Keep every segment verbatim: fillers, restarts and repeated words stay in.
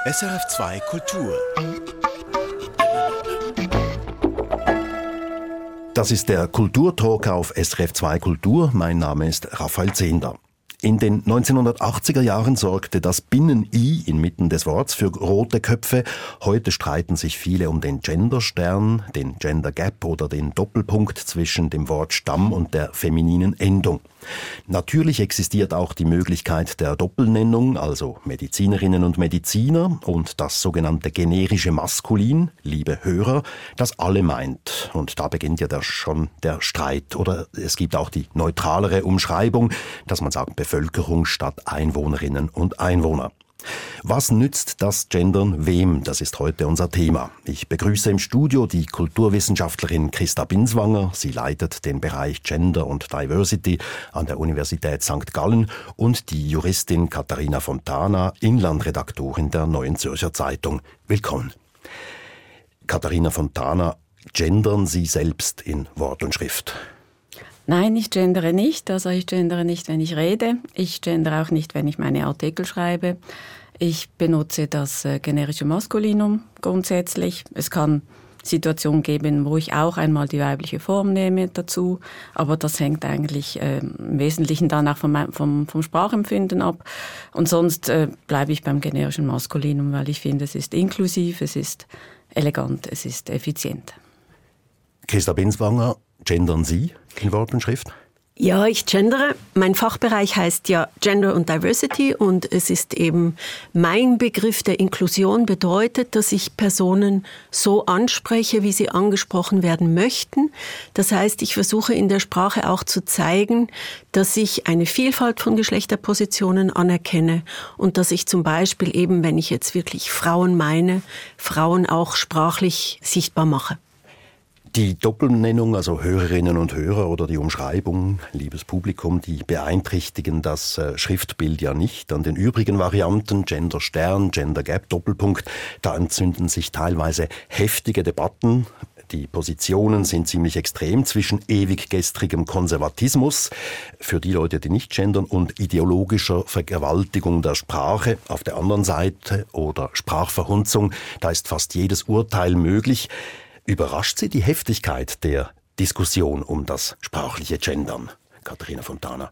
S R F zwei Kultur. Das ist der Kulturtalk auf S R F zwei Kultur. Mein Name ist Raphael Zehnder. In den neunzehnhundertachtziger Jahren sorgte das Binnen-I inmitten des Worts für rote Köpfe. Heute streiten sich viele um den Genderstern, den Gender Gap oder den Doppelpunkt zwischen dem Wort Stamm und der femininen Endung. Natürlich existiert auch die Möglichkeit der Doppelnennung, also Medizinerinnen und Mediziner, und das sogenannte generische Maskulin, liebe Hörer, das alle meint. Und da beginnt ja der, schon der Streit. Oder es gibt auch die neutralere Umschreibung, dass man sagt Bevölkerung statt Einwohnerinnen und Einwohner. Was nützt das Gendern wem? Das ist heute unser Thema. Ich begrüße im Studio die Kulturwissenschaftlerin Christa Binswanger. Sie leitet den Bereich Gender und Diversity an der Universität Sankt Gallen und die Juristin Katharina Fontana, Inlandredaktorin der Neuen Zürcher Zeitung. Willkommen. Katharina Fontana, gendern Sie selbst in Wort und Schrift? Nein, ich gendere nicht. Also ich gendere nicht, wenn ich rede. Ich gendere auch nicht, wenn ich meine Artikel schreibe. Ich benutze das äh, generische Maskulinum grundsätzlich. Es kann Situationen geben, wo ich auch einmal die weibliche Form nehme dazu. Aber das hängt eigentlich äh, im Wesentlichen dann auch vom, vom, vom Sprachempfinden ab. Und sonst äh, bleibe ich beim generischen Maskulinum, weil ich finde, es ist inklusiv, es ist elegant, es ist effizient. Christa Binswanger, gendern Sie in Wort und Schrift? Ja, ich gendere. Mein Fachbereich heißt ja Gender und Diversity und es ist eben mein Begriff der Inklusion bedeutet, dass ich Personen so anspreche, wie sie angesprochen werden möchten. Das heißt, ich versuche in der Sprache auch zu zeigen, dass ich eine Vielfalt von Geschlechterpositionen anerkenne und dass ich zum Beispiel eben, wenn ich jetzt wirklich Frauen meine, Frauen auch sprachlich sichtbar mache. Die Doppelnennung, also Hörerinnen und Hörer oder die Umschreibung, liebes Publikum, die beeinträchtigen das äh, Schriftbild ja nicht. An den übrigen Varianten, Gender Stern, Gender Gap, Doppelpunkt, da entzünden sich teilweise heftige Debatten. Die Positionen sind ziemlich extrem zwischen ewig gestrigem Konservatismus für die Leute, die nicht gendern, und ideologischer Vergewaltigung der Sprache auf der anderen Seite oder Sprachverhunzung. Da ist fast jedes Urteil möglich. Überrascht Sie die Heftigkeit der Diskussion um das sprachliche Gendern, Katharina Fontana?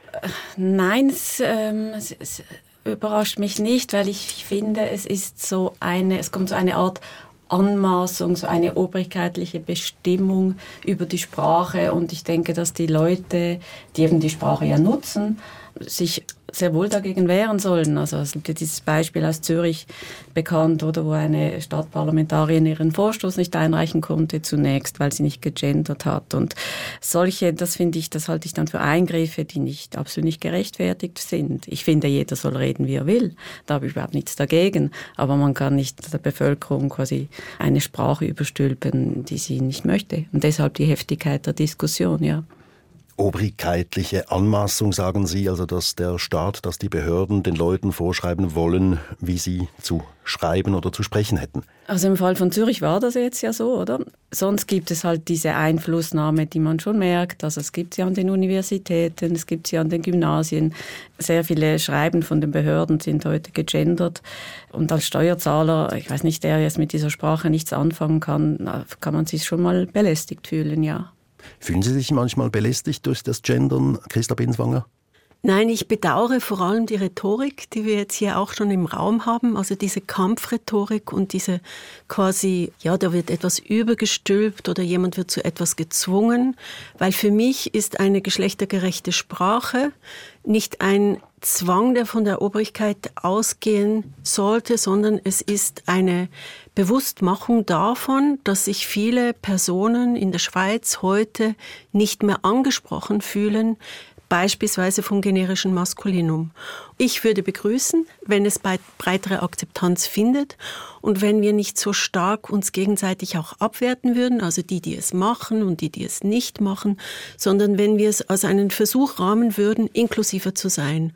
Nein, es, ähm, es, es überrascht mich nicht, weil ich finde, es ist so eine, es kommt so eine Art Anmaßung, so eine obrigkeitliche Bestimmung über die Sprache, und ich denke, dass die Leute, die eben die Sprache ja nutzen, sich sehr wohl dagegen wehren sollen. Also es gibt ja dieses Beispiel aus Zürich bekannt, oder, wo eine Stadtparlamentarierin ihren Vorstoß nicht einreichen konnte zunächst, weil sie nicht gegendert hat. Und solche, das finde ich, das halte ich dann für Eingriffe, die nicht absolut nicht gerechtfertigt sind. Ich finde, jeder soll reden, wie er will. Da habe ich überhaupt nichts dagegen. Aber man kann nicht der Bevölkerung quasi eine Sprache überstülpen, die sie nicht möchte. Und deshalb die Heftigkeit der Diskussion, ja. Obrigkeitliche Anmaßung, sagen Sie, also dass der Staat, dass die Behörden den Leuten vorschreiben wollen, wie sie zu schreiben oder zu sprechen hätten? Also im Fall von Zürich war das jetzt ja so, oder? Sonst gibt es halt diese Einflussnahme, die man schon merkt. Also es gibt sie an den Universitäten, es gibt sie an den Gymnasien. Sehr viele Schreiben von den Behörden sind heute gegendert. Und als Steuerzahler, ich weiß nicht, der jetzt mit dieser Sprache nichts anfangen kann, kann man sich schon mal belästigt fühlen, ja. Fühlen Sie sich manchmal belästigt durch das Gendern, Christa Binswanger? Nein, ich bedauere vor allem die Rhetorik, die wir jetzt hier auch schon im Raum haben, also diese Kampfrhetorik und diese quasi, ja, da wird etwas übergestülpt oder jemand wird zu etwas gezwungen, weil für mich ist eine geschlechtergerechte Sprache nicht ein Zwang, der von der Obrigkeit ausgehen sollte, sondern es ist eine Bewusstmachung davon, dass sich viele Personen in der Schweiz heute nicht mehr angesprochen fühlen, beispielsweise vom generischen Maskulinum. Ich würde begrüßen, wenn es breitere Akzeptanz findet und wenn wir nicht so stark uns gegenseitig auch abwerten würden, also die, die es machen und die, die es nicht machen, sondern wenn wir es als einen Versuch rahmen würden, inklusiver zu sein.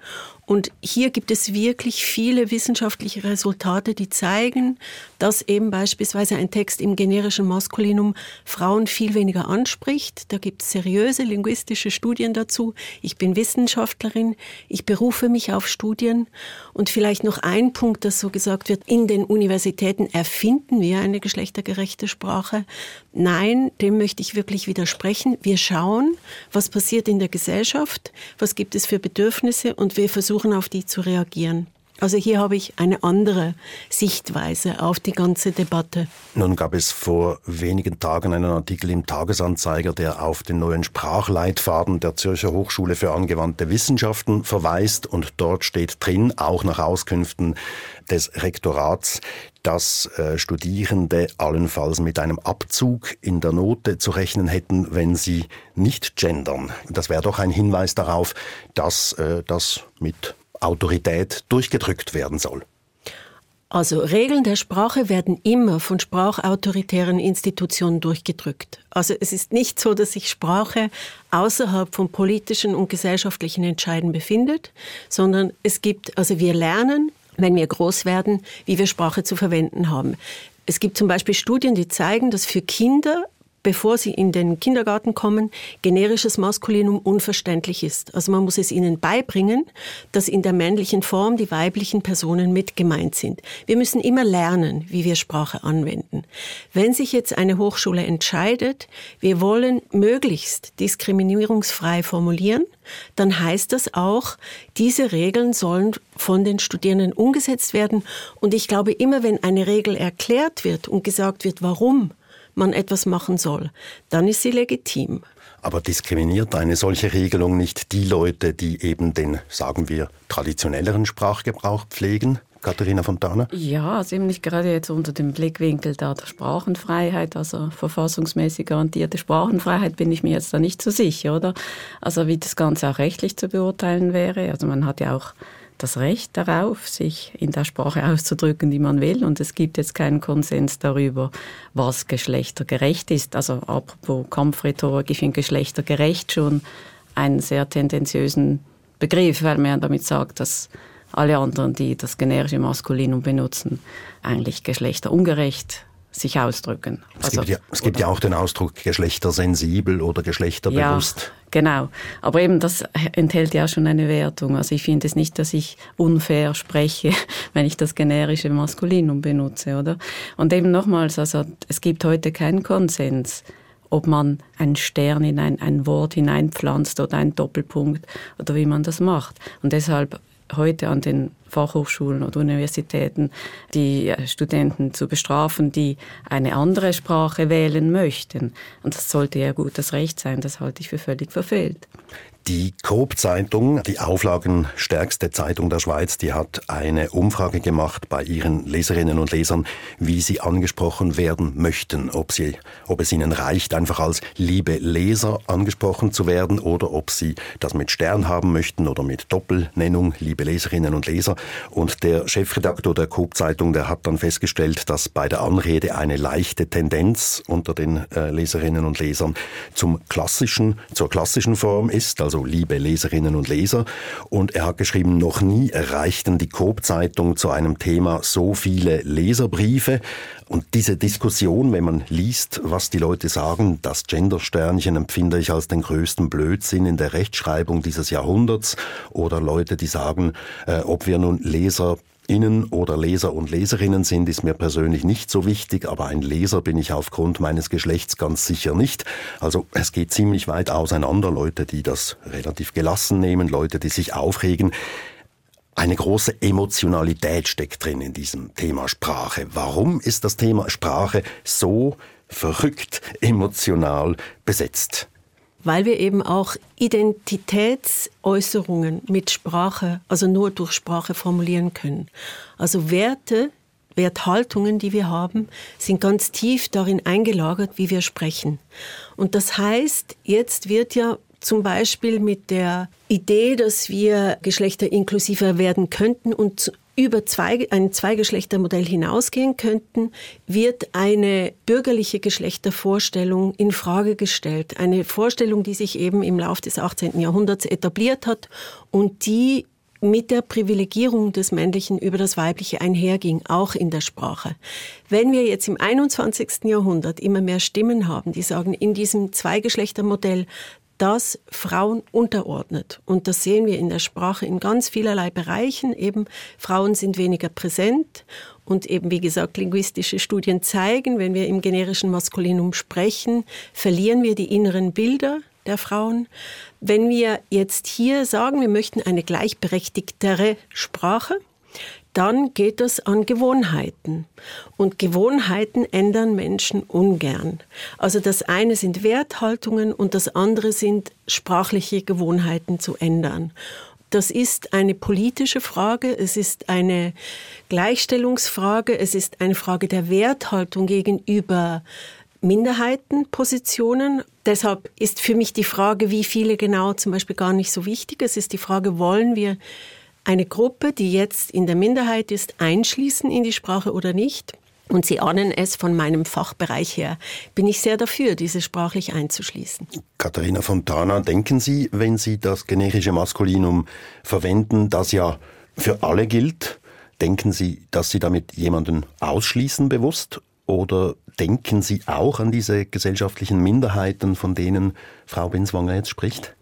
Und hier gibt es wirklich viele wissenschaftliche Resultate, die zeigen, dass eben beispielsweise ein Text im generischen Maskulinum Frauen viel weniger anspricht. Da gibt es seriöse linguistische Studien dazu. Ich bin Wissenschaftlerin, ich berufe mich auf Studien. Und vielleicht noch ein Punkt, dass so gesagt wird, in den Universitäten erfinden wir eine geschlechtergerechte Sprache. Nein, dem möchte ich wirklich widersprechen. Wir schauen, was passiert in der Gesellschaft, was gibt es für Bedürfnisse und wir versuchen auf die zu reagieren. Also hier habe ich eine andere Sichtweise auf die ganze Debatte. Nun gab es vor wenigen Tagen einen Artikel im Tagesanzeiger, der auf den neuen Sprachleitfaden der Zürcher Hochschule für angewandte Wissenschaften verweist. Und dort steht drin, auch nach Auskünften des Rektorats, dass äh, Studierende allenfalls mit einem Abzug in der Note zu rechnen hätten, wenn sie nicht gendern. Das wäre doch ein Hinweis darauf, dass äh, das mit Autorität durchgedrückt werden soll. Also Regeln der Sprache werden immer von sprachautoritären Institutionen durchgedrückt. Also es ist nicht so, dass sich Sprache außerhalb von politischen und gesellschaftlichen Entscheiden befindet, sondern es gibt, also wir lernen, wenn wir groß werden, wie wir Sprache zu verwenden haben. Es gibt zum Beispiel Studien, die zeigen, dass für Kinder, bevor sie in den Kindergarten kommen, generisches Maskulinum unverständlich ist. Also man muss es ihnen beibringen, dass in der männlichen Form die weiblichen Personen mit gemeint sind. Wir müssen immer lernen, wie wir Sprache anwenden. Wenn sich jetzt eine Hochschule entscheidet, wir wollen möglichst diskriminierungsfrei formulieren, dann heißt das auch, diese Regeln sollen von den Studierenden umgesetzt werden. Und ich glaube, immer wenn eine Regel erklärt wird und gesagt wird, warum man etwas machen soll, dann ist sie legitim. Aber diskriminiert eine solche Regelung nicht die Leute, die eben den, sagen wir, traditionelleren Sprachgebrauch pflegen? Katharina Fontana? Ja, also eben nicht gerade jetzt unter dem Blickwinkel da der Sprachenfreiheit, also verfassungsmäßig garantierte Sprachenfreiheit, bin ich mir jetzt da nicht so sicher, oder? Also wie das Ganze auch rechtlich zu beurteilen wäre. Also man hat ja auch das Recht darauf, sich in der Sprache auszudrücken, die man will. Und es gibt jetzt keinen Konsens darüber, was geschlechtergerecht ist. Also apropos Kampfrhetorik, ich finde geschlechtergerecht schon einen sehr tendenziösen Begriff, weil man damit sagt, dass alle anderen, die das generische Maskulinum benutzen, eigentlich geschlechterungerecht sich ausdrücken. Es, also, gibt, ja, es gibt ja auch den Ausdruck geschlechtersensibel oder geschlechterbewusst. Ja, genau. Aber eben das enthält ja schon eine Wertung. Also ich finde es nicht, dass ich unfair spreche, wenn ich das generische Maskulinum benutze, oder? Und eben nochmals, also es gibt heute keinen Konsens, ob man einen Stern in ein, ein Wort hineinpflanzt oder einen Doppelpunkt oder wie man das macht. Und deshalb heute an den Fachhochschulen oder Universitäten die Studenten zu bestrafen, die eine andere Sprache wählen möchten. Und das sollte ja gutes Recht sein, das halte ich für völlig verfehlt. Die Coop-Zeitung, die auflagenstärkste Zeitung der Schweiz, die hat eine Umfrage gemacht bei ihren Leserinnen und Lesern, wie sie angesprochen werden möchten, ob sie, ob es ihnen reicht, einfach als liebe Leser angesprochen zu werden oder ob sie das mit Stern haben möchten oder mit Doppelnennung, liebe Leserinnen und Leser. Und der Chefredaktor der Coop-Zeitung, der hat dann festgestellt, dass bei der Anrede eine leichte Tendenz unter den äh, Leserinnen und Lesern zum klassischen, zur klassischen Form ist, also liebe Leserinnen und Leser. Und er hat geschrieben, noch nie erreichten die Coop-Zeitung zu einem Thema so viele Leserbriefe. Und diese Diskussion, wenn man liest, was die Leute sagen, das Gendersternchen empfinde ich als den größten Blödsinn in der Rechtschreibung dieses Jahrhunderts. Oder Leute, die sagen, äh, ob wir nun Leser Innen oder Leser und Leserinnen sind, ist mir persönlich nicht so wichtig, aber ein Leser bin ich aufgrund meines Geschlechts ganz sicher nicht. Also es geht ziemlich weit auseinander, Leute, die das relativ gelassen nehmen, Leute, die sich aufregen. Eine große Emotionalität steckt drin in diesem Thema Sprache. Warum ist das Thema Sprache so verrückt emotional besetzt? Weil wir eben auch Identitätsäußerungen mit Sprache, also nur durch Sprache formulieren können. Also Werte, Werthaltungen, die wir haben, sind ganz tief darin eingelagert, wie wir sprechen. Und das heißt, jetzt wird ja zum Beispiel mit der Idee, dass wir geschlechterinklusiver werden könnten und über zwei, ein Zweigeschlechtermodell hinausgehen könnten, wird eine bürgerliche Geschlechtervorstellung in Frage gestellt. Eine Vorstellung, die sich eben im Laufe des achtzehnten Jahrhunderts etabliert hat und die mit der Privilegierung des Männlichen über das Weibliche einherging, auch in der Sprache. Wenn wir jetzt im einundzwanzigsten Jahrhundert immer mehr Stimmen haben, die sagen, in diesem Zweigeschlechtermodell, das Frauen unterordnet. Und das sehen wir in der Sprache in ganz vielerlei Bereichen. Eben Frauen sind weniger präsent und eben, wie gesagt, linguistische Studien zeigen, wenn wir im generischen Maskulinum sprechen, verlieren wir die inneren Bilder der Frauen. Wenn wir jetzt hier sagen, wir möchten eine gleichberechtigtere Sprache, dann geht es an Gewohnheiten. Und Gewohnheiten ändern Menschen ungern. Also das eine sind Werthaltungen und das andere sind sprachliche Gewohnheiten zu ändern. Das ist eine politische Frage, es ist eine Gleichstellungsfrage, es ist eine Frage der Werthaltung gegenüber Minderheitenpositionen. Deshalb ist für mich die Frage, wie viele genau, zum Beispiel gar nicht so wichtig. Es ist die Frage, wollen wir eine Gruppe, die jetzt in der Minderheit ist, einschließen in die Sprache oder nicht? Und Sie ahnen es, von meinem Fachbereich her bin ich sehr dafür, diese sprachlich einzuschließen. Katharina Fontana, denken Sie, wenn Sie das generische Maskulinum verwenden, das ja für alle gilt, denken Sie, dass Sie damit jemanden ausschließen bewusst? Oder denken Sie auch an diese gesellschaftlichen Minderheiten, von denen Frau Binswanger jetzt spricht?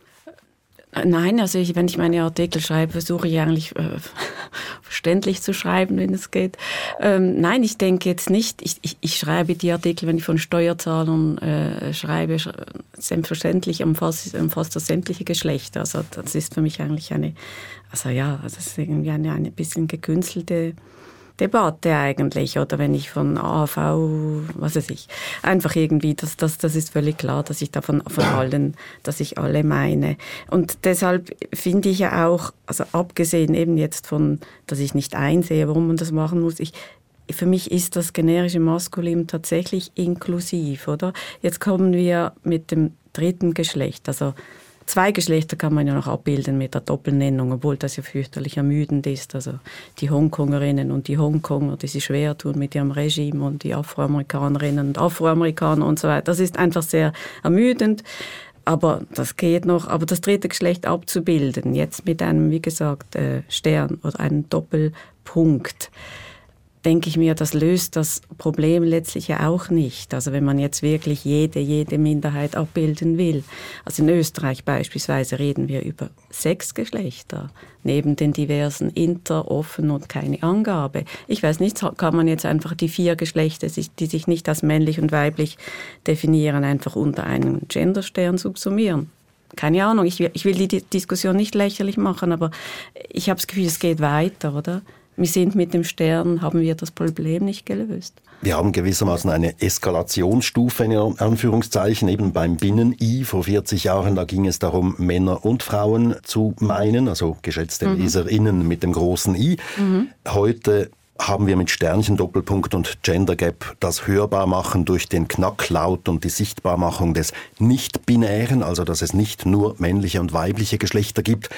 Nein, also ich, wenn ich meine Artikel schreibe, versuche ich eigentlich äh, verständlich zu schreiben, wenn es geht. Ähm, nein, ich denke jetzt nicht, ich, ich, ich schreibe die Artikel, wenn ich von Steuerzahlern äh, schreibe, sch- selbstverständlich umfasst, umfasst das sämtliche Geschlechter. Also das ist für mich eigentlich eine, also ja, das ist irgendwie eine, eine bisschen gekünstelte Debatte eigentlich, oder wenn ich von A V, was weiß ich, einfach irgendwie, das, das, das ist völlig klar, dass ich davon von allen, dass ich alle meine. Und deshalb finde ich ja auch, also abgesehen eben jetzt von, dass ich nicht einsehe, warum man das machen muss, ich, für mich ist das generische Maskulin tatsächlich inklusiv, oder? Jetzt kommen wir mit dem dritten Geschlecht, also zwei Geschlechter kann man ja noch abbilden mit der Doppelnennung, obwohl das ja fürchterlich ermüdend ist. Also die Hongkongerinnen und die Hongkonger, die sich schwer tun mit ihrem Regime, und die Afroamerikanerinnen und Afroamerikaner und so weiter. Das ist einfach sehr ermüdend. Aber das geht noch. Aber das dritte Geschlecht abzubilden, jetzt mit einem, wie gesagt, Stern oder einem Doppelpunkt, denke ich mir, das löst das Problem letztlich ja auch nicht. Also wenn man jetzt wirklich jede, jede Minderheit abbilden will. Also in Österreich beispielsweise reden wir über sechs Geschlechter, neben den diversen Inter, Offen und keine Angabe. Ich weiß nicht, kann man jetzt einfach die vier Geschlechter, die sich nicht als männlich und weiblich definieren, einfach unter einen Genderstern subsumieren? Keine Ahnung, ich will, ich will die Diskussion nicht lächerlich machen, aber ich habe das Gefühl, es geht weiter, oder? Wir sind mit dem Stern, haben wir das Problem nicht gelöst. Wir haben gewissermaßen eine Eskalationsstufe in Anführungszeichen, eben beim Binnen-I. Vor vierzig Jahren, da ging es darum, Männer und Frauen zu meinen, also geschätzte mhm. LeserInnen mit dem großen I. Mhm. Heute haben wir mit Sternchen, Doppelpunkt und Gender Gap das Hörbarmachen durch den Knacklaut und die Sichtbarmachung des Nicht-Binären, also dass es nicht nur männliche und weibliche Geschlechter gibt.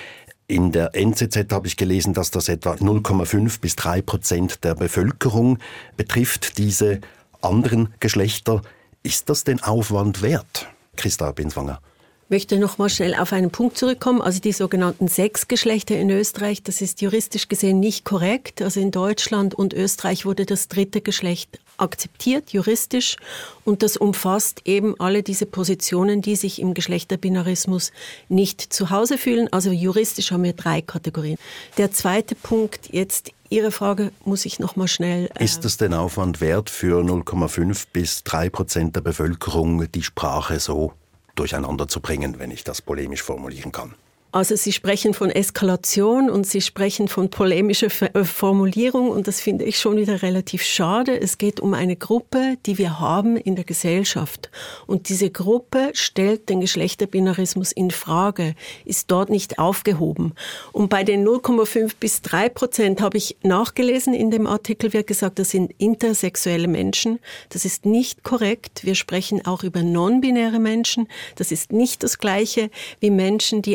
In der N Z Z habe ich gelesen, dass das etwa null Komma fünf bis drei Prozent der Bevölkerung betrifft, diese anderen Geschlechter. Ist das den Aufwand wert, Christa Binswanger? Ich möchte noch mal schnell auf einen Punkt zurückkommen. Also die sogenannten sechs Geschlechter in Österreich, das ist juristisch gesehen nicht korrekt. Also in Deutschland und Österreich wurde das dritte Geschlecht akzeptiert, juristisch. Und das umfasst eben alle diese Positionen, die sich im Geschlechterbinarismus nicht zu Hause fühlen. Also juristisch haben wir drei Kategorien. Der zweite Punkt, jetzt Ihre Frage, muss ich noch mal schnell... Äh Ist es den Aufwand wert, für null Komma fünf bis drei Prozent der Bevölkerung die Sprache so durcheinander zu bringen, wenn ich das polemisch formulieren kann? Also Sie sprechen von Eskalation und Sie sprechen von polemischer Formulierung, und das finde ich schon wieder relativ schade. Es geht um eine Gruppe, die wir haben in der Gesellschaft. Und diese Gruppe stellt den Geschlechterbinarismus in Frage, ist dort nicht aufgehoben. Und bei den null Komma fünf bis drei Prozent habe ich nachgelesen, in dem Artikel wird gesagt, das sind intersexuelle Menschen. Das ist nicht korrekt. Wir sprechen auch über non-binäre Menschen. Das ist nicht das Gleiche wie Menschen, die einen biologischen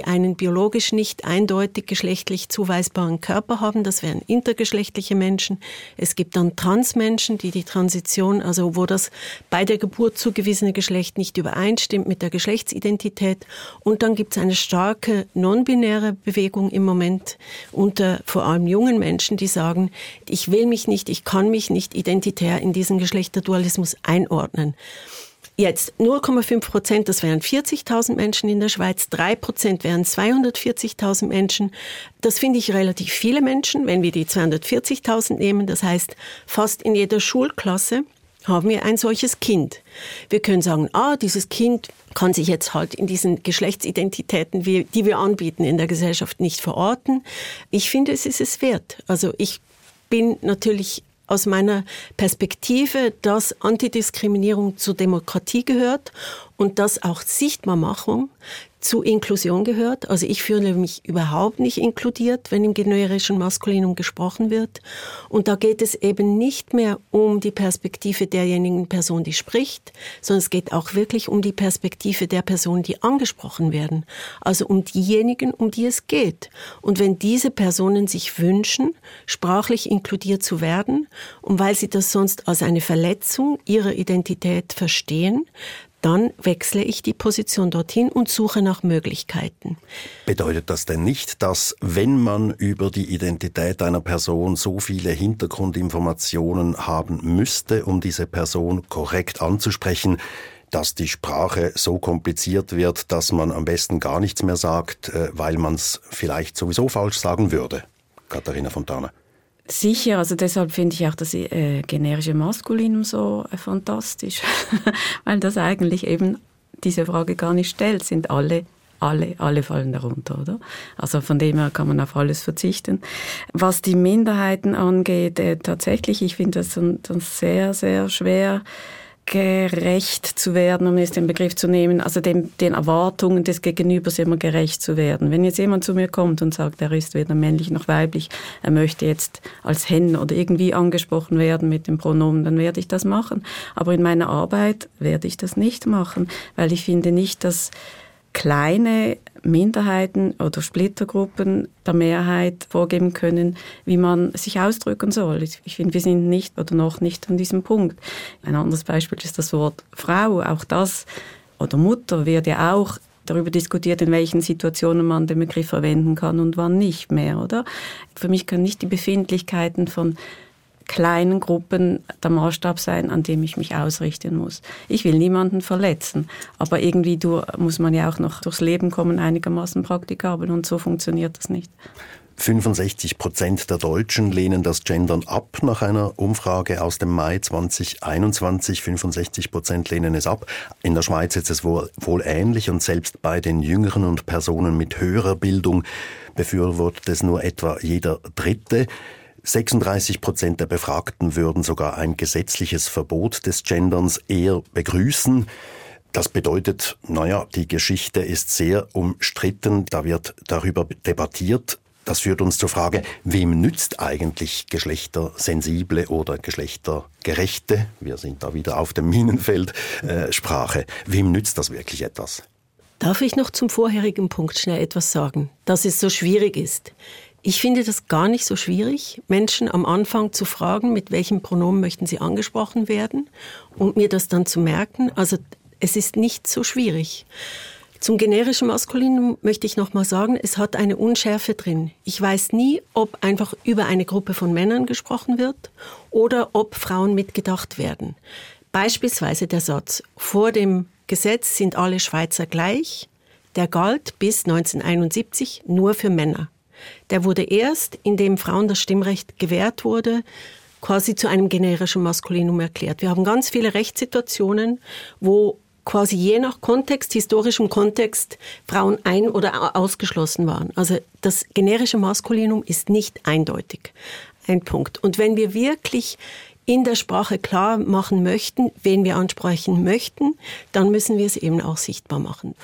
biologisch nicht eindeutig geschlechtlich zuweisbaren Körper haben. Das wären intergeschlechtliche Menschen. Es gibt dann Transmenschen, die die Transition, also wo das bei der Geburt zugewiesene Geschlecht nicht übereinstimmt mit der Geschlechtsidentität. Und dann gibt es eine starke non-binäre Bewegung im Moment unter vor allem jungen Menschen, die sagen, ich will mich nicht, ich kann mich nicht identitär in diesen Geschlechterdualismus einordnen. Jetzt null Komma fünf Prozent, das wären vierzigtausend Menschen in der Schweiz, drei Prozent wären zweihundertvierzigtausend Menschen. Das finde ich relativ viele Menschen, wenn wir die zweihundertvierzigtausend nehmen. Das heißt, fast in jeder Schulklasse haben wir ein solches Kind. Wir können sagen, ah, dieses Kind kann sich jetzt halt in diesen Geschlechtsidentitäten, die wir anbieten in der Gesellschaft, nicht verorten. Ich finde, es ist es wert. Also ich bin natürlich aus meiner Perspektive, dass Antidiskriminierung zur Demokratie gehört und dass auch Sichtbarmachung zu Inklusion gehört. Also ich fühle mich überhaupt nicht inkludiert, wenn im generischen Maskulinum gesprochen wird. Und da geht es eben nicht mehr um die Perspektive derjenigen Person, die spricht, sondern es geht auch wirklich um die Perspektive der Personen, die angesprochen werden. Also um diejenigen, um die es geht. Und wenn diese Personen sich wünschen, sprachlich inkludiert zu werden, und weil sie das sonst als eine Verletzung ihrer Identität verstehen, dann wechsle ich die Position dorthin und suche nach Möglichkeiten. Bedeutet das denn nicht, dass, wenn man über die Identität einer Person so viele Hintergrundinformationen haben müsste, um diese Person korrekt anzusprechen, dass die Sprache so kompliziert wird, dass man am besten gar nichts mehr sagt, weil man es vielleicht sowieso falsch sagen würde? Katharina Fontana. Sicher, also deshalb finde ich auch das äh, generische Maskulinum so äh, fantastisch, weil das eigentlich eben diese Frage gar nicht stellt, sind alle, alle, alle fallen darunter, oder? Also von dem her kann man auf alles verzichten. Was die Minderheiten angeht, äh, tatsächlich, ich finde das dann, dann sehr, sehr schwer, gerecht zu werden, um jetzt den Begriff zu nehmen, also dem, den Erwartungen des Gegenübers immer gerecht zu werden. Wenn jetzt jemand zu mir kommt und sagt, er ist weder männlich noch weiblich, er möchte jetzt als hen oder irgendwie angesprochen werden mit dem Pronomen, dann werde ich das machen. Aber in meiner Arbeit werde ich das nicht machen, weil ich finde nicht, dass kleine Minderheiten oder Splittergruppen der Mehrheit vorgeben können, wie man sich ausdrücken soll. Ich finde, wir sind nicht oder noch nicht an diesem Punkt. Ein anderes Beispiel ist das Wort Frau. Auch das, oder Mutter, wird ja auch darüber diskutiert, in welchen Situationen man den Begriff verwenden kann und wann nicht mehr, oder? Für mich können nicht die Befindlichkeiten von kleinen Gruppen der Maßstab sein, an dem ich mich ausrichten muss. Ich will niemanden verletzen, aber irgendwie du, muss man ja auch noch durchs Leben kommen, einigermaßen praktikabel, und so funktioniert das nicht. fünfundsechzig Prozent der Deutschen lehnen das Gendern ab nach einer Umfrage aus dem Mai zweitausendeinundzwanzig. fünfundsechzig Prozent lehnen es ab. In der Schweiz ist es wohl, wohl ähnlich, und selbst bei den Jüngeren und Personen mit höherer Bildung befürwortet es nur etwa jeder Dritte. sechsunddreißig Prozent der Befragten würden sogar ein gesetzliches Verbot des Genderns eher begrüßen. Das bedeutet, naja, die Geschichte ist sehr umstritten, da wird darüber debattiert. Das führt uns zur Frage, wem nützt eigentlich geschlechtersensible oder geschlechtergerechte, wir sind da wieder auf dem Minenfeld, äh, Sprache. Wem nützt das wirklich etwas? Darf ich noch zum vorherigen Punkt schnell etwas sagen, dass es so schwierig ist? Ich finde das gar nicht so schwierig, Menschen am Anfang zu fragen, mit welchem Pronomen möchten sie angesprochen werden, und mir das dann zu merken. Also es ist nicht so schwierig. Zum generischen Maskulinum möchte ich noch mal sagen, es hat eine Unschärfe drin. Ich weiß nie, ob einfach über eine Gruppe von Männern gesprochen wird oder ob Frauen mitgedacht werden. Beispielsweise der Satz, vor dem Gesetz sind alle Schweizer gleich, der galt bis neunzehnhunderteinundsiebzig nur für Männer. Der wurde erst, indem Frauen das Stimmrecht gewährt wurde, quasi zu einem generischen Maskulinum erklärt. Wir haben ganz viele Rechtssituationen, wo quasi je nach Kontext, historischem Kontext, Frauen ein- oder ausgeschlossen waren. Also das generische Maskulinum ist nicht eindeutig. Ein Punkt. Und wenn wir wirklich in der Sprache klar machen möchten, wen wir ansprechen möchten, dann müssen wir es eben auch sichtbar machen.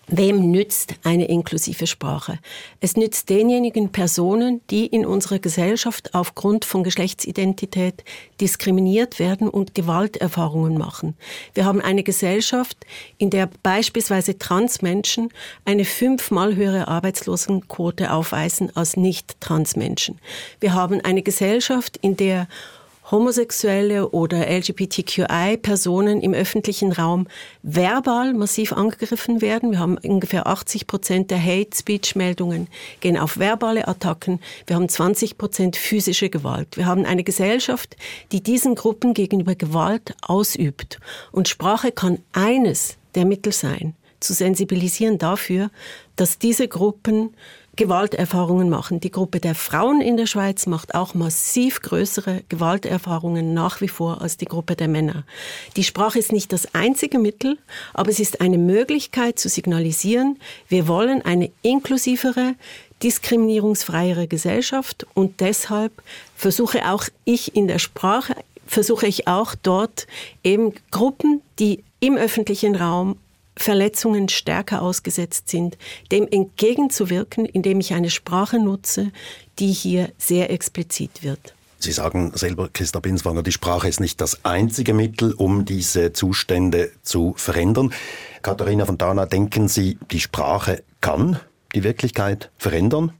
Wem nützt eine inklusive Sprache? Es nützt denjenigen Personen, die in unserer Gesellschaft aufgrund von Geschlechtsidentität diskriminiert werden und Gewalterfahrungen machen. Wir haben eine Gesellschaft, in der beispielsweise Transmenschen eine fünfmal höhere Arbeitslosenquote aufweisen als Nicht-Transmenschen. Wir haben eine Gesellschaft, in der Homosexuelle oder L G B T Q I-Personen im öffentlichen Raum verbal massiv angegriffen werden. Wir haben ungefähr achtzig Prozent der Hate-Speech-Meldungen gehen auf verbale Attacken. Wir haben zwanzig Prozent physische Gewalt. Wir haben eine Gesellschaft, die diesen Gruppen gegenüber Gewalt ausübt. Und Sprache kann eines der Mittel sein, zu sensibilisieren dafür, dass diese Gruppen Gewalterfahrungen machen. Die Gruppe der Frauen in der Schweiz macht auch massiv größere Gewalterfahrungen nach wie vor als die Gruppe der Männer. Die Sprache ist nicht das einzige Mittel, aber es ist eine Möglichkeit zu signalisieren, wir wollen eine inklusivere, diskriminierungsfreiere Gesellschaft und deshalb versuche auch ich in der Sprache, versuche ich auch dort eben Gruppen, die im öffentlichen Raum Verletzungen stärker ausgesetzt sind, dem entgegenzuwirken, indem ich eine Sprache nutze, die hier sehr explizit wird. Sie sagen selber, Christa Binswanger, die Sprache ist nicht das einzige Mittel, um diese Zustände zu verändern. Katharina Fontana, denken Sie, die Sprache kann die Wirklichkeit verändern?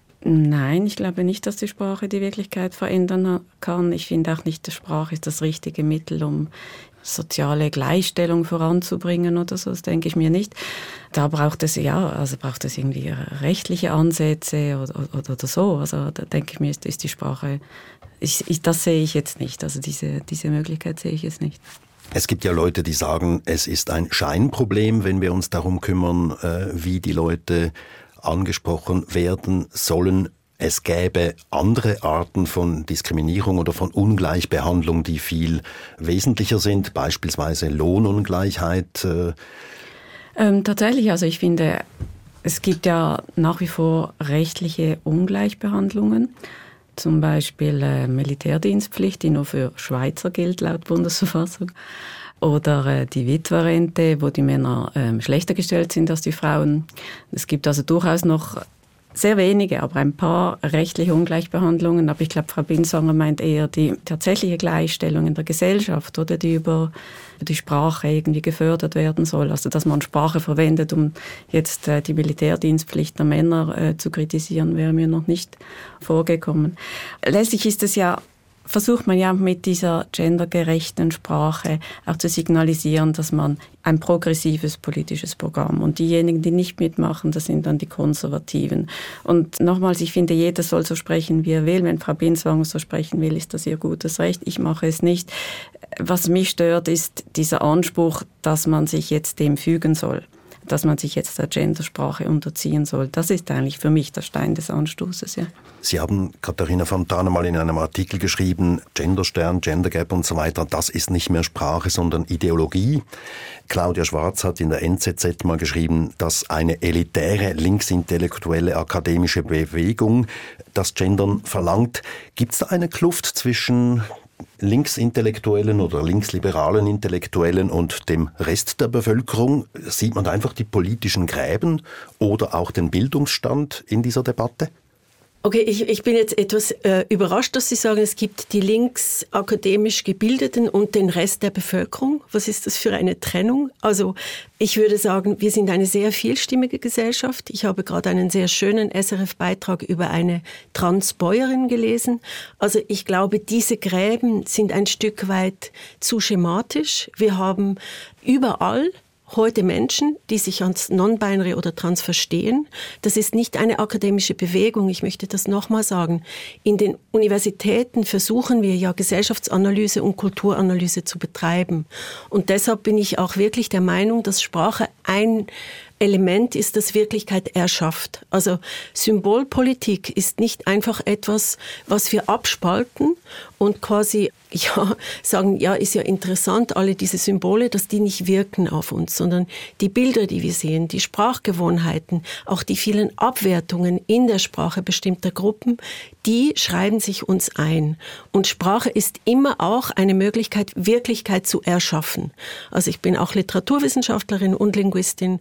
Nein, ich glaube nicht, dass die Sprache die Wirklichkeit verändern kann. Ich finde auch nicht, die Sprache ist das richtige Mittel, um soziale Gleichstellung voranzubringen oder so, das denke ich mir nicht. Da braucht es ja, also braucht es irgendwie rechtliche Ansätze oder, oder, oder so. Also da denke ich mir, ist, ist die Sprache, ich, ich, das sehe ich jetzt nicht. Also diese, diese Möglichkeit sehe ich jetzt nicht. Es gibt ja Leute, die sagen, es ist ein Scheinproblem, wenn wir uns darum kümmern, wie die Leute angesprochen werden sollen. Es gäbe andere Arten von Diskriminierung oder von Ungleichbehandlung, die viel wesentlicher sind, beispielsweise Lohnungleichheit. Ähm, tatsächlich, also ich finde, es gibt ja nach wie vor rechtliche Ungleichbehandlungen. Zum Beispiel äh, Militärdienstpflicht, die nur für Schweizer gilt, laut Bundesverfassung. Oder äh, die Witwerrente, wo die Männer äh, schlechter gestellt sind als die Frauen. Es gibt also durchaus noch sehr wenige, aber ein paar rechtliche Ungleichbehandlungen. Aber ich glaube, Frau Binswanger meint eher die tatsächliche Gleichstellung in der Gesellschaft, oder die über die Sprache irgendwie gefördert werden soll. Also dass man Sprache verwendet, um jetzt äh, die Militärdienstpflicht der Männer äh, zu kritisieren, wäre mir noch nicht vorgekommen. Letztlich ist es ja versucht man ja mit dieser gendergerechten Sprache auch zu signalisieren, dass man ein progressives politisches Programm, und diejenigen, die nicht mitmachen, das sind dann die Konservativen. Und nochmals, ich finde, jeder soll so sprechen, wie er will. Wenn Frau Binswanger so sprechen will, ist das ihr gutes Recht. Ich mache es nicht. Was mich stört, ist dieser Anspruch, dass man sich jetzt dem fügen soll, dass man sich jetzt der Gendersprache unterziehen soll. Das ist eigentlich für mich der Stein des Anstoßes. Ja. Sie haben, Katharina Fontana, mal in einem Artikel geschrieben, Genderstern, Gender Gap und so weiter, das ist nicht mehr Sprache, sondern Ideologie. Claudia Schwarz hat in der N Z Z mal geschrieben, dass eine elitäre, linksintellektuelle akademische Bewegung das Gendern verlangt. Gibt es da eine Kluft zwischen Linksintellektuellen oder linksliberalen Intellektuellen und dem Rest der Bevölkerung? Sieht man da einfach die politischen Gräben oder auch den Bildungsstand in dieser Debatte? Okay, ich, ich bin jetzt etwas äh, überrascht, dass Sie sagen, es gibt die linksakademisch Gebildeten und den Rest der Bevölkerung. Was ist das für eine Trennung? Also ich würde sagen, wir sind eine sehr vielstimmige Gesellschaft. Ich habe gerade einen sehr schönen S R F-Beitrag über eine Transbäuerin gelesen. Also ich glaube, diese Gräben sind ein Stück weit zu schematisch. Wir haben überall heute Menschen, die sich als non-binary oder trans verstehen. Das ist nicht eine akademische Bewegung, ich möchte das nochmal sagen. In den Universitäten versuchen wir ja Gesellschaftsanalyse und Kulturanalyse zu betreiben. Und deshalb bin ich auch wirklich der Meinung, dass Sprache ein Element ist, das Wirklichkeit erschafft. Also Symbolpolitik ist nicht einfach etwas, was wir abspalten und quasi ja sagen, ja, ist ja interessant, alle diese Symbole, dass die nicht wirken auf uns, sondern die Bilder, die wir sehen, die Sprachgewohnheiten, auch die vielen Abwertungen in der Sprache bestimmter Gruppen, die schreiben sich uns ein. Und Sprache ist immer auch eine Möglichkeit, Wirklichkeit zu erschaffen. Also ich bin auch Literaturwissenschaftlerin und Linguistin und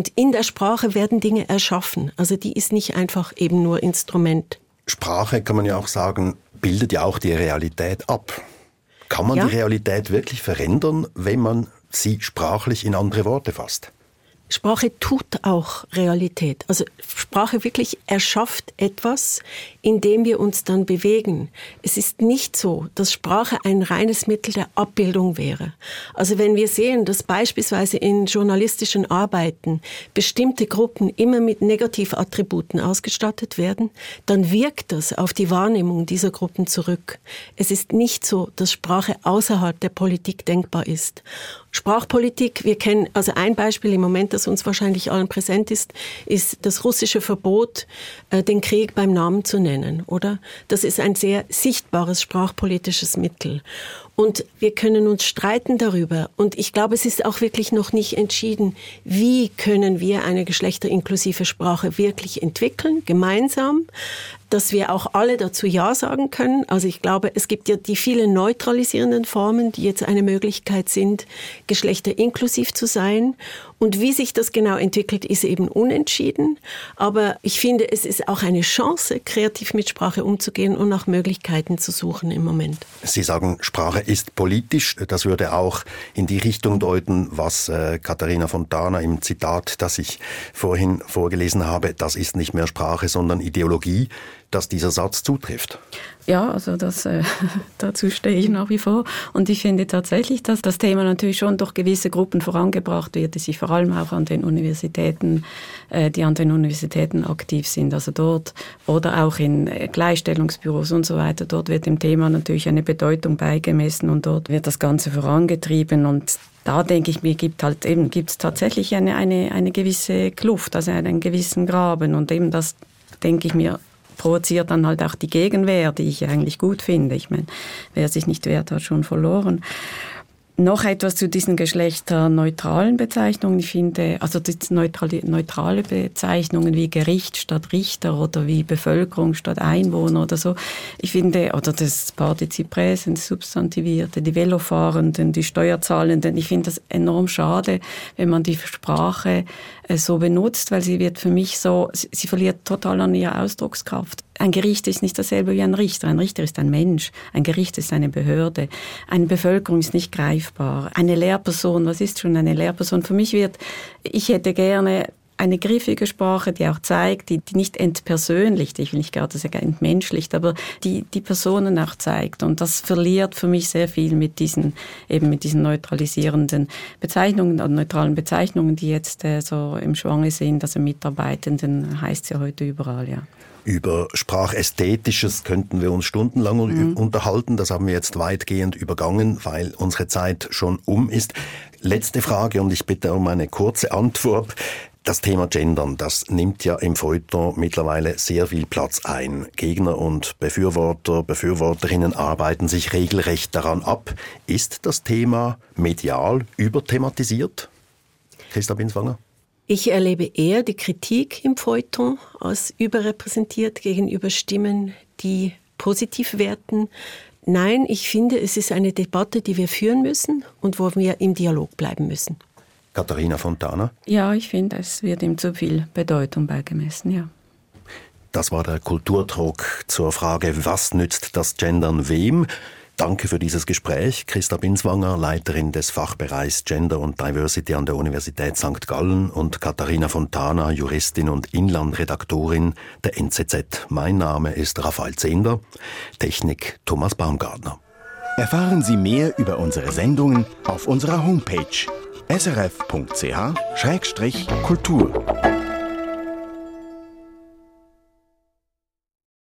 Und in der Sprache werden Dinge erschaffen. Also die ist nicht einfach eben nur Instrument. Sprache, kann man ja auch sagen, bildet ja auch die Realität ab. Kann man ja. die Realität wirklich verändern, wenn man sie sprachlich in andere Worte fasst? Sprache tut auch Realität. Also Sprache wirklich erschafft etwas, in dem wir uns dann bewegen. Es ist nicht so, dass Sprache ein reines Mittel der Abbildung wäre. Also wenn wir sehen, dass beispielsweise in journalistischen Arbeiten bestimmte Gruppen immer mit Negativattributen ausgestattet werden, dann wirkt das auf die Wahrnehmung dieser Gruppen zurück. Es ist nicht so, dass Sprache außerhalb der Politik denkbar ist. Sprachpolitik, wir kennen, also ein Beispiel im Moment, das uns wahrscheinlich allen präsent ist, ist das russische Verbot, den Krieg beim Namen zu nennen, oder? Das ist ein sehr sichtbares sprachpolitisches Mittel. Und wir können uns streiten darüber. Und ich glaube, es ist auch wirklich noch nicht entschieden, wie können wir eine geschlechterinklusive Sprache wirklich entwickeln, gemeinsam, dass wir auch alle dazu Ja sagen können. Also ich glaube, es gibt ja die vielen neutralisierenden Formen, die jetzt eine Möglichkeit sind, geschlechterinklusiv zu sein. Und wie sich das genau entwickelt, ist eben unentschieden. Aber ich finde, es ist auch eine Chance, kreativ mit Sprache umzugehen und nach Möglichkeiten zu suchen im Moment. Sie sagen, Sprache ist politisch. Das würde auch in die Richtung deuten, was äh, Katharina Fontana im Zitat, das ich vorhin vorgelesen habe, das ist nicht mehr Sprache, sondern Ideologie, dass dieser Satz zutrifft. Ja, also das, äh, dazu stehe ich nach wie vor. Und ich finde tatsächlich, dass das Thema natürlich schon durch gewisse Gruppen vorangebracht wird, die sich vor allem auch an den Universitäten, äh, die an den Universitäten aktiv sind. Also dort oder auch in Gleichstellungsbüros und so weiter. Dort wird dem Thema natürlich eine Bedeutung beigemessen und dort wird das Ganze vorangetrieben. Und da denke ich mir, gibt halt eben gibt's tatsächlich eine eine eine gewisse Kluft, also einen gewissen Graben. Und eben das, denke ich mir, provoziert dann halt auch die Gegenwehr, die ich eigentlich gut finde. Ich meine, wer sich nicht wehrt, hat schon verloren. Noch etwas zu diesen geschlechterneutralen Bezeichnungen. Ich finde, also die neutrale, neutrale Bezeichnungen wie Gericht statt Richter oder wie Bevölkerung statt Einwohner oder so. Ich finde, oder das Partizip Präsens, das Substantivierte, die Velofahrenden, die Steuerzahlenden. Ich finde das enorm schade, wenn man die Sprache äh, so benutzt, weil sie wird für mich so, sie, sie verliert total an ihrer Ausdruckskraft. Ein Gericht ist nicht dasselbe wie ein Richter. Ein Richter ist ein Mensch. Ein Gericht ist eine Behörde. Eine Bevölkerung ist nicht greifbar. Eine Lehrperson, was ist schon eine Lehrperson? Für mich wird, ich hätte gerne eine griffige Sprache, die auch zeigt, die, die nicht entpersönlicht, ich will nicht gerade sagen entmenschlicht, aber die die Personen auch zeigt. Und das verliert für mich sehr viel mit diesen, eben mit diesen neutralisierenden Bezeichnungen, oder neutralen Bezeichnungen, die jetzt äh, so im Schwange sind. Also Mitarbeitenden heißt es ja heute überall, ja. Über Sprachästhetisches könnten wir uns stundenlang mhm. unterhalten. Das haben wir jetzt weitgehend übergangen, weil unsere Zeit schon um ist. Letzte Frage und ich bitte um eine kurze Antwort. Das Thema Gendern, das nimmt ja im Feuilleton mittlerweile sehr viel Platz ein. Gegner und Befürworter, Befürworterinnen arbeiten sich regelrecht daran ab. Ist das Thema medial überthematisiert? Christa Binswanger? Ich erlebe eher die Kritik im Feuilleton als überrepräsentiert gegenüber Stimmen, die positiv werten. Nein, ich finde, es ist eine Debatte, die wir führen müssen und wo wir im Dialog bleiben müssen. Katharina Fontana? Ja, ich finde, es wird ihm zu viel Bedeutung beigemessen, ja. Das war der Kulturtalk zur Frage, was nützt das Gendern wem? Danke für dieses Gespräch. Christa Binswanger, Leiterin des Fachbereichs Gender und Diversity an der Universität Sankt Gallen und Katharina Fontana, Juristin und Inlandredaktorin der N Z Z. Mein Name ist Raphael Zehnder, Technik Thomas Baumgartner. Erfahren Sie mehr über unsere Sendungen auf unserer Homepage s r f punkt c h Schrägstrich Kultur.